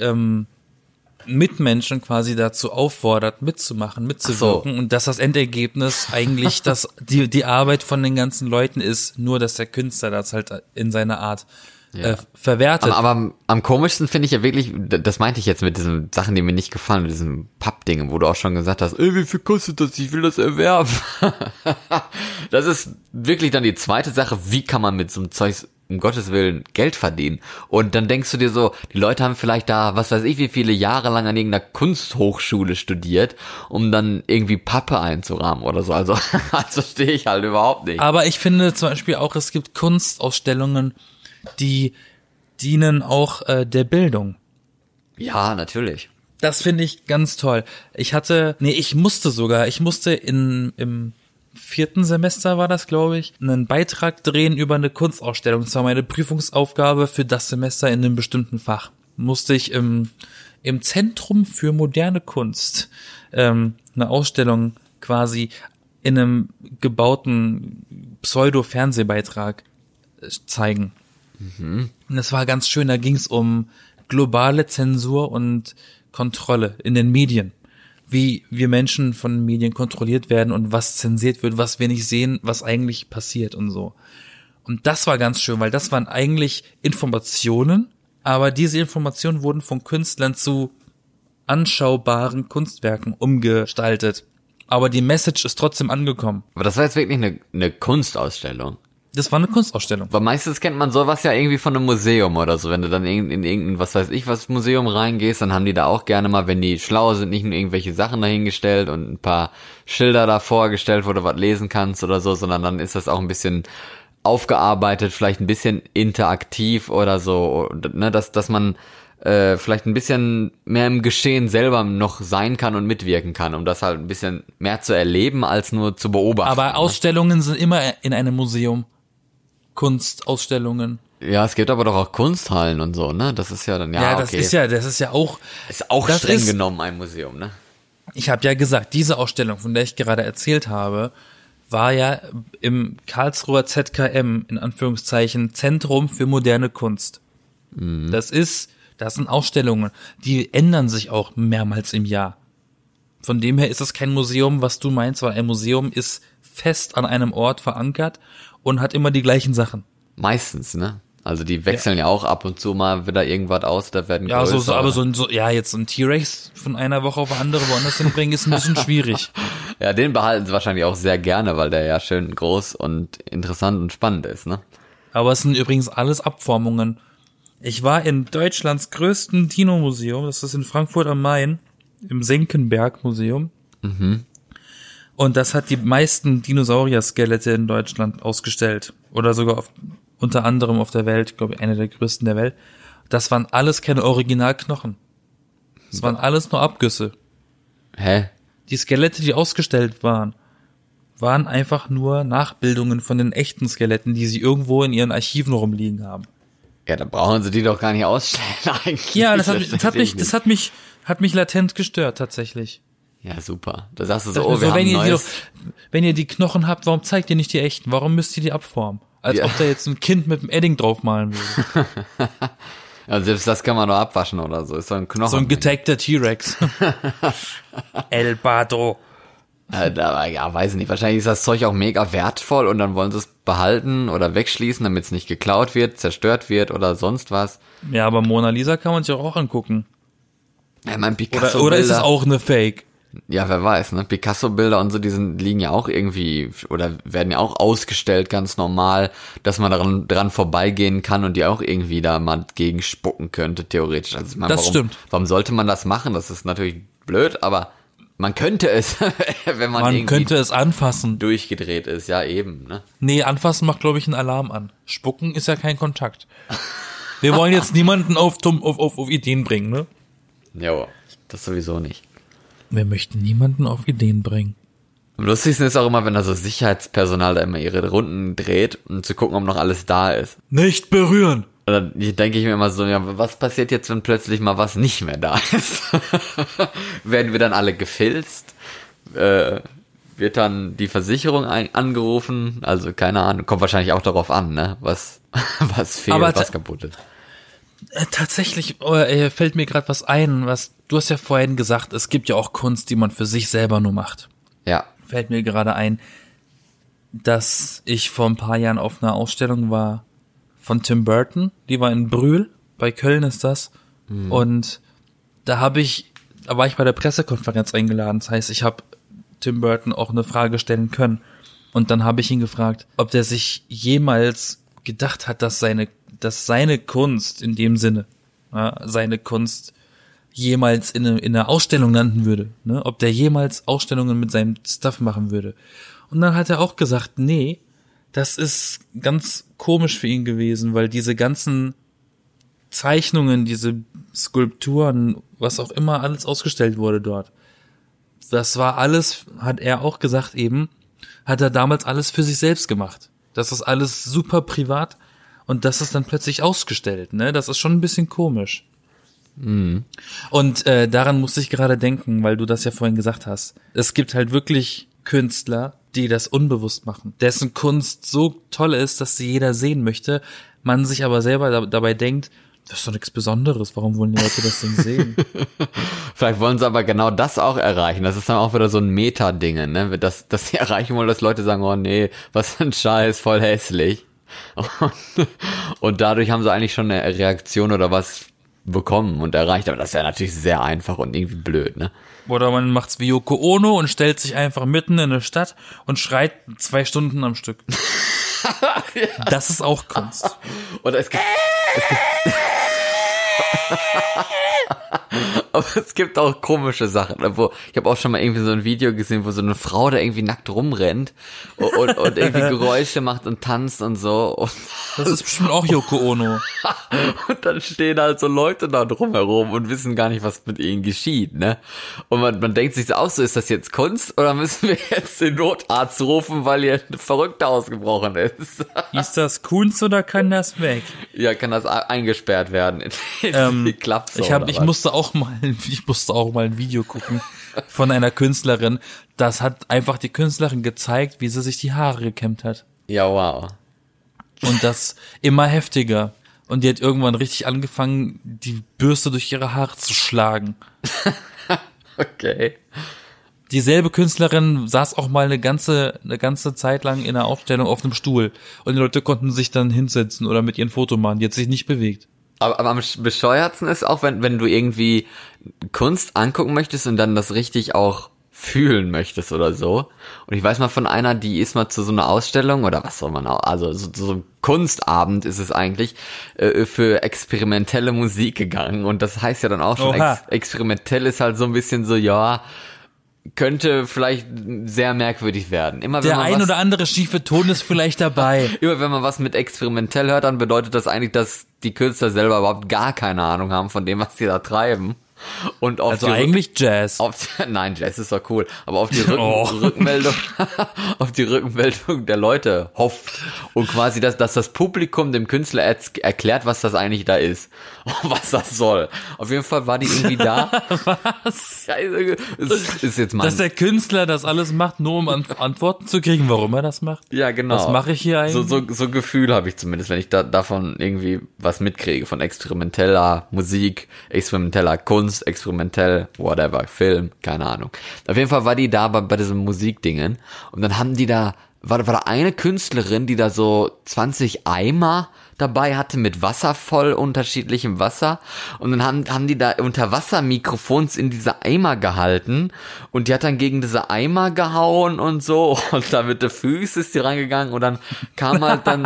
Mitmenschen quasi dazu auffordert, mitzumachen, mitzuwirken und dass das Endergebnis eigentlich die Arbeit von den ganzen Leuten ist, nur dass der Künstler das halt in seiner Art verwertet. Aber am komischsten finde ich ja wirklich, das meinte ich jetzt mit diesen Sachen, die mir nicht gefallen, mit diesen Pappdingen, wo du auch schon gesagt hast, ey, wie viel kostet das? Ich will das erwerben. Das ist wirklich dann die zweite Sache, wie kann man mit so einem Zeug um Gottes Willen Geld verdienen? Und dann denkst du dir so, die Leute haben vielleicht da, was weiß ich, wie viele Jahre lang an irgendeiner Kunsthochschule studiert, um dann irgendwie Pappe einzurahmen oder so. Also das verstehe ich halt überhaupt nicht. Aber ich finde zum Beispiel auch, es gibt Kunstausstellungen, die dienen auch der Bildung. Ja, natürlich. Das finde ich ganz toll. Ich musste im 4. Semester war das, glaube ich, einen Beitrag drehen über eine Kunstausstellung. Das war meine Prüfungsaufgabe für das Semester in einem bestimmten Fach. Musste ich im Zentrum für moderne Kunst eine Ausstellung quasi in einem gebauten Pseudo-Fernsehbeitrag zeigen. Mhm. Und das war ganz schön, da ging es um globale Zensur und Kontrolle in den Medien. Wie wir Menschen von Medien kontrolliert werden und was zensiert wird, was wir nicht sehen, was eigentlich passiert und so. Und das war ganz schön, weil das waren eigentlich Informationen, aber diese Informationen wurden von Künstlern zu anschaubaren Kunstwerken umgestaltet. Aber die Message ist trotzdem angekommen. Aber das war jetzt wirklich eine Kunstausstellung. Das war eine Kunstausstellung. Weil meistens kennt man sowas ja irgendwie von einem Museum oder so. Wenn du dann in irgendein, was weiß ich, was Museum reingehst, dann haben die da auch gerne mal, wenn die schlau sind, nicht nur irgendwelche Sachen dahingestellt und ein paar Schilder da vorgestellt, wo du was lesen kannst oder so, sondern dann ist das auch ein bisschen aufgearbeitet, vielleicht ein bisschen interaktiv oder so, ne, dass man vielleicht ein bisschen mehr im Geschehen selber noch sein kann und mitwirken kann, um das halt ein bisschen mehr zu erleben, als nur zu beobachten. Aber Ausstellungen sind immer in einem Museum. Kunstausstellungen. Ja, es gibt aber doch auch Kunsthallen und so, ne? Das ist ja dann, Ja, das okay. ist ja auch. Ist auch das streng ist- genommen ein Museum, ne? Ich habe ja gesagt, diese Ausstellung, von der ich gerade erzählt habe, war ja im Karlsruher ZKM, in Anführungszeichen, Zentrum für moderne Kunst. Das sind Ausstellungen, die ändern sich auch mehrmals im Jahr. Von dem her ist es kein Museum, was du meinst, weil ein Museum ist fest an einem Ort verankert und hat immer die gleichen Sachen. Meistens, ne? Also die wechseln ja auch ab und zu mal wieder irgendwas aus, da werden Ja, größer, aber oder? jetzt so ein T-Rex von einer Woche auf eine andere woanders hinbringen, ist ein bisschen schwierig. Ja, den behalten sie wahrscheinlich auch sehr gerne, weil der ja schön groß und interessant und spannend ist, ne? Aber es sind übrigens alles Abformungen. Ich war in Deutschlands größten Dino-Museum, das ist in Frankfurt am Main, im Senckenberg-Museum. Und das hat die meisten Dinosaurier-Skelette in Deutschland ausgestellt. Oder sogar unter anderem auf der Welt, glaube ich, eine der größten der Welt. Das waren alles keine Originalknochen. Das waren alles nur Abgüsse. Hä? Die Skelette, die ausgestellt waren einfach nur Nachbildungen von den echten Skeletten, die sie irgendwo in ihren Archiven rumliegen haben. Ja, dann brauchen sie die doch gar nicht ausstellen eigentlich. Ja, das hat mich latent gestört, tatsächlich. Ja, super. Da sagst du So, so, oh, wir haben ein neues... wenn ihr die Knochen habt, warum zeigt ihr nicht die echten? Warum müsst ihr die abformen? Als Ja. ob da jetzt ein Kind mit einem Edding draufmalen würde. Ja, selbst das kann man nur abwaschen oder so. Ist so ein Knochen. So ein getagter T-Rex. El Pato. Ja, weiß ich nicht. Wahrscheinlich ist das Zeug auch mega wertvoll und dann wollen sie es behalten oder wegschließen, damit es nicht geklaut wird, zerstört wird oder sonst was. Ja, aber Mona Lisa kann man sich auch angucken. Ja, mein Picasso-Bilder. Oder ist es auch eine Fake? Ja, wer weiß, ne? Picasso-Bilder und so, liegen ja auch irgendwie oder werden ja auch ausgestellt, ganz normal, dass man dran vorbeigehen kann und die auch irgendwie da mal gegen spucken könnte, theoretisch. Also ich meine, Das stimmt. Warum sollte man das machen? Das ist natürlich blöd, aber man könnte es, wenn man Man irgendwie könnte es anfassen. durchgedreht ist, ja eben, ne? Nee, anfassen macht, glaube ich, einen Alarm an. Spucken ist ja kein Kontakt. Wir wollen jetzt niemanden auf Ideen bringen, ne? Jo, das sowieso nicht. Wir möchten niemanden auf Ideen bringen. Am lustigsten ist auch immer, wenn da so Sicherheitspersonal da immer ihre Runden dreht, um zu gucken, ob noch alles da ist. Nicht berühren! Und dann denke ich mir immer so, ja, was passiert jetzt, wenn plötzlich mal was nicht mehr da ist? Werden wir dann alle gefilzt? Wird dann die Versicherung angerufen? Also keine Ahnung, kommt wahrscheinlich auch darauf an, ne? Was fehlt, Aber was kaputt ist. Tatsächlich fällt mir gerade was ein, du hast ja vorhin gesagt, es gibt ja auch Kunst, die man für sich selber nur macht. Ja. Fällt mir gerade ein, dass ich vor ein paar Jahren auf einer Ausstellung war von Tim Burton, die war in Brühl, bei Köln ist das. Und da war ich bei der Pressekonferenz eingeladen, das heißt, ich habe Tim Burton auch eine Frage stellen können. Und dann habe ich ihn gefragt, ob der sich jemals gedacht hat, dass seine Kunst in dem Sinne, ja, seine Kunst jemals in einer Ausstellung landen würde, ne? Ob der jemals Ausstellungen mit seinem Stuff machen würde. Und dann hat er auch gesagt, nee, das ist ganz komisch für ihn gewesen, weil diese ganzen Zeichnungen, diese Skulpturen, was auch immer alles ausgestellt wurde dort, das war alles, hat er auch gesagt eben, hat er damals alles für sich selbst gemacht. Das ist alles super privat und das ist dann plötzlich ausgestellt, ne? Das ist schon ein bisschen komisch. Und daran musste ich gerade denken, weil du das ja vorhin gesagt hast. Es gibt halt wirklich Künstler, die das unbewusst machen, dessen Kunst so toll ist, dass sie jeder sehen möchte, man sich aber selber dabei denkt, das ist doch nichts Besonderes, warum wollen die Leute das Ding sehen? Vielleicht wollen sie aber genau das auch erreichen. Das ist dann auch wieder so ein Meta-Ding, ne? Dass sie erreichen wollen, dass Leute sagen, oh nee, was für ein Scheiß, voll hässlich. Und dadurch haben sie eigentlich schon eine Reaktion oder was bekommen und erreicht. Aber das ist ja natürlich sehr einfach und irgendwie blöd, ne? Oder man macht's wie Yoko Ono und stellt sich einfach mitten in eine Stadt und schreit 2 Stunden am Stück. Ja. Das ist auch Kunst. Oder es gibt Aber es gibt auch komische Sachen. Ich habe auch schon mal irgendwie so ein Video gesehen, wo so eine Frau da irgendwie nackt rumrennt und irgendwie Geräusche macht und tanzt und so. Und das ist bestimmt auch Yoko Ono. und dann stehen halt so Leute da drumherum und wissen gar nicht, was mit ihnen geschieht, ne? Und man denkt sich auch so, ist das jetzt Kunst oder müssen wir jetzt den Notarzt rufen, weil hier eine Verrückte ausgebrochen ist? Ist das Kunst oder kann das weg? Ja, kann das eingesperrt werden in die Klapse ich musste auch mal ein Video gucken von einer Künstlerin. Das hat einfach die Künstlerin gezeigt, wie sie sich die Haare gekämmt hat. Ja, wow. Und das immer heftiger. Und die hat irgendwann richtig angefangen, die Bürste durch ihre Haare zu schlagen. Okay. Dieselbe Künstlerin saß auch mal eine ganze Zeit lang in einer Ausstellung auf einem Stuhl. Und die Leute konnten sich dann hinsetzen oder mit ihren Foto machen. Die hat sich nicht bewegt. Aber am bescheuertsten ist auch, wenn du irgendwie Kunst angucken möchtest und dann das richtig auch fühlen möchtest oder so. Und ich weiß mal von einer, die ist mal zu so einer Ausstellung oder was soll man auch, also so ein Kunstabend ist es eigentlich, für experimentelle Musik gegangen. Und das heißt ja dann auch schon, experimentell ist halt so ein bisschen so, ja, könnte vielleicht sehr merkwürdig werden. Immer wenn der ein oder andere schiefe Ton ist vielleicht dabei. Immer wenn man was mit experimentell hört, dann bedeutet das eigentlich, dass die Künstler selber überhaupt gar keine Ahnung haben von dem, was sie da treiben. Und auf also eigentlich Jazz. Nein, Jazz ist doch cool. Aber auf die Rückmeldung, auf die Rückmeldung der Leute hofft. Und quasi, dass das Publikum dem Künstler erklärt, was das eigentlich da ist. Was das soll. Auf jeden Fall war die irgendwie da. Was? Ja, ist jetzt mal. Dass der Künstler das alles macht, nur um Antworten zu kriegen, warum er das macht? Ja, genau. Was mache ich hier eigentlich? So Gefühl habe ich zumindest, wenn ich davon irgendwie was mitkriege. Von experimenteller Musik, experimenteller Kunst, experimentell, whatever, Film, keine Ahnung. Auf jeden Fall war die da bei diesem Musikdingen und dann haben die da, war da eine Künstlerin, die da so 20 Eimer dabei hatte mit Wasser, voll unterschiedlichem Wasser und dann haben die da Unterwassermikrofons in diese Eimer gehalten und die hat dann gegen diese Eimer gehauen und so und da mit den Füßen ist die rangegangen und dann kam halt dann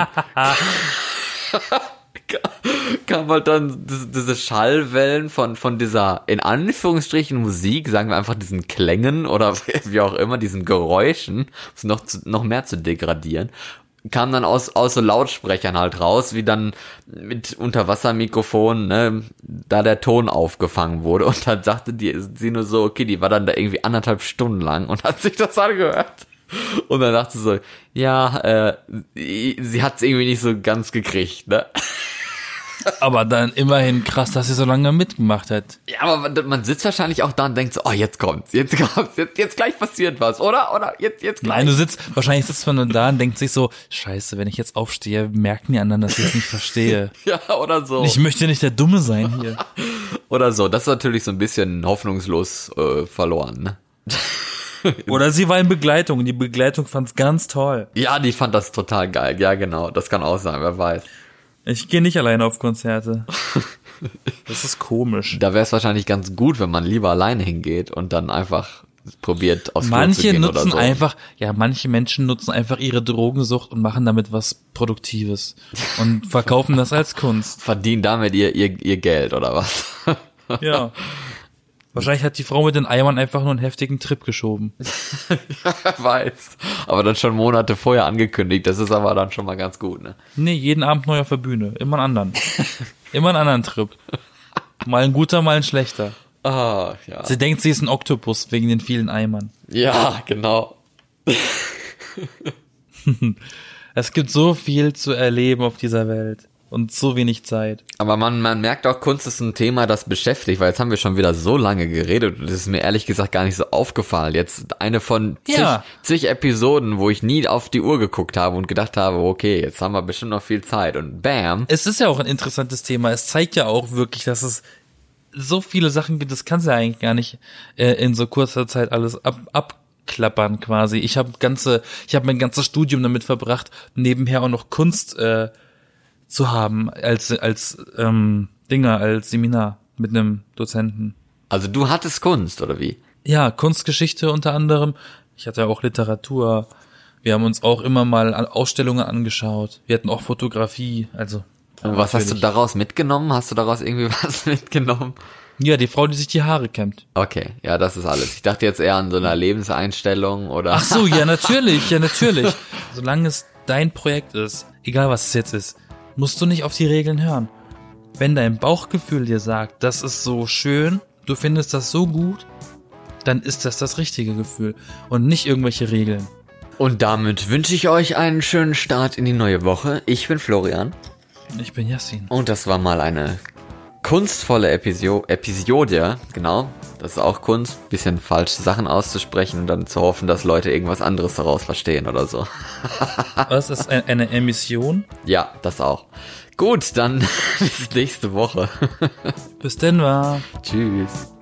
diese Schallwellen von dieser, in Anführungsstrichen, Musik, sagen wir einfach diesen Klängen oder wie auch immer, diesen Geräuschen, um es noch mehr zu degradieren, kam dann aus so Lautsprechern halt raus, wie dann mit Unterwassermikrofonen, ne, da der Ton aufgefangen wurde und dann sagte sie nur so, okay, die war dann da irgendwie 1,5 Stunden lang und hat sich das angehört. Und dann dachte sie so, ja, sie hat es irgendwie nicht so ganz gekriegt, ne? Aber dann immerhin krass, dass sie so lange mitgemacht hat. Ja, aber man sitzt wahrscheinlich auch da und denkt so, oh, jetzt gleich passiert was, oder? Jetzt gleich. Nein, wahrscheinlich sitzt man dann da und denkt sich so, scheiße, wenn ich jetzt aufstehe, merken die anderen, dass ich es nicht verstehe. Ja, oder so. Ich möchte nicht der Dumme sein hier. Oder so, das ist natürlich so ein bisschen hoffnungslos verloren, ne? Oder sie war in Begleitung und die Begleitung fand's ganz toll. Ja, die fand das total geil. Ja, genau, das kann auch sein, wer weiß. Ich gehe nicht alleine auf Konzerte. Das ist komisch. Da wäre es wahrscheinlich ganz gut, wenn man lieber alleine hingeht und dann einfach probiert, aufs Klo zu gehen oder so. Manche Menschen nutzen einfach ihre Drogensucht und machen damit was Produktives und verkaufen das als Kunst. Verdienen damit ihr Geld oder was? Ja. Wahrscheinlich hat die Frau mit den Eimern einfach nur einen heftigen Trip geschoben. Ja, wer weiß. Aber dann schon Monate vorher angekündigt. Das ist aber dann schon mal ganz gut, ne? Nee, jeden Abend neu auf der Bühne. Immer einen anderen. Immer einen anderen Trip. Mal ein guter, mal ein schlechter. Ah, ja. Sie denkt, sie ist ein Oktopus wegen den vielen Eimern. Ja, genau. Es gibt so viel zu erleben auf dieser Welt. Und so wenig Zeit. Aber man merkt auch, Kunst ist ein Thema, das beschäftigt, weil jetzt haben wir schon wieder so lange geredet und das ist mir ehrlich gesagt gar nicht so aufgefallen. Jetzt eine von zig Episoden, wo ich nie auf die Uhr geguckt habe und gedacht habe, okay, jetzt haben wir bestimmt noch viel Zeit und bam. Es ist ja auch ein interessantes Thema. Es zeigt ja auch wirklich, dass es so viele Sachen gibt, das kannst du ja eigentlich gar nicht in so kurzer Zeit alles abklappern quasi. Ich habe mein ganzes Studium damit verbracht, nebenher auch noch Kunst zu haben als Seminar mit einem Dozenten. Also du hattest Kunst, oder wie? Ja, Kunstgeschichte unter anderem. Ich hatte auch Literatur. Wir haben uns auch immer mal Ausstellungen angeschaut. Wir hatten auch Fotografie, also. Und was hast du daraus mitgenommen? Hast du daraus irgendwie was mitgenommen? Ja, die Frau, die sich die Haare kämmt. Okay, ja, das ist alles. Ich dachte jetzt eher an so einer Lebenseinstellung oder... Ach so, ja, natürlich, ja, natürlich. Solange es dein Projekt ist, egal was es jetzt ist, musst du nicht auf die Regeln hören. Wenn dein Bauchgefühl dir sagt, das ist so schön, du findest das so gut, dann ist das richtige Gefühl und nicht irgendwelche Regeln. Und damit wünsche ich euch einen schönen Start in die neue Woche. Ich bin Florian. Ich bin Yassin. Und das war mal eine kunstvolle Episode, genau. Das ist auch Kunst, bisschen falsche Sachen auszusprechen und dann zu hoffen, dass Leute irgendwas anderes daraus verstehen oder so. Was ist eine Emission? Ja, das auch. Gut, dann bis nächste Woche. Bis denn war. Tschüss.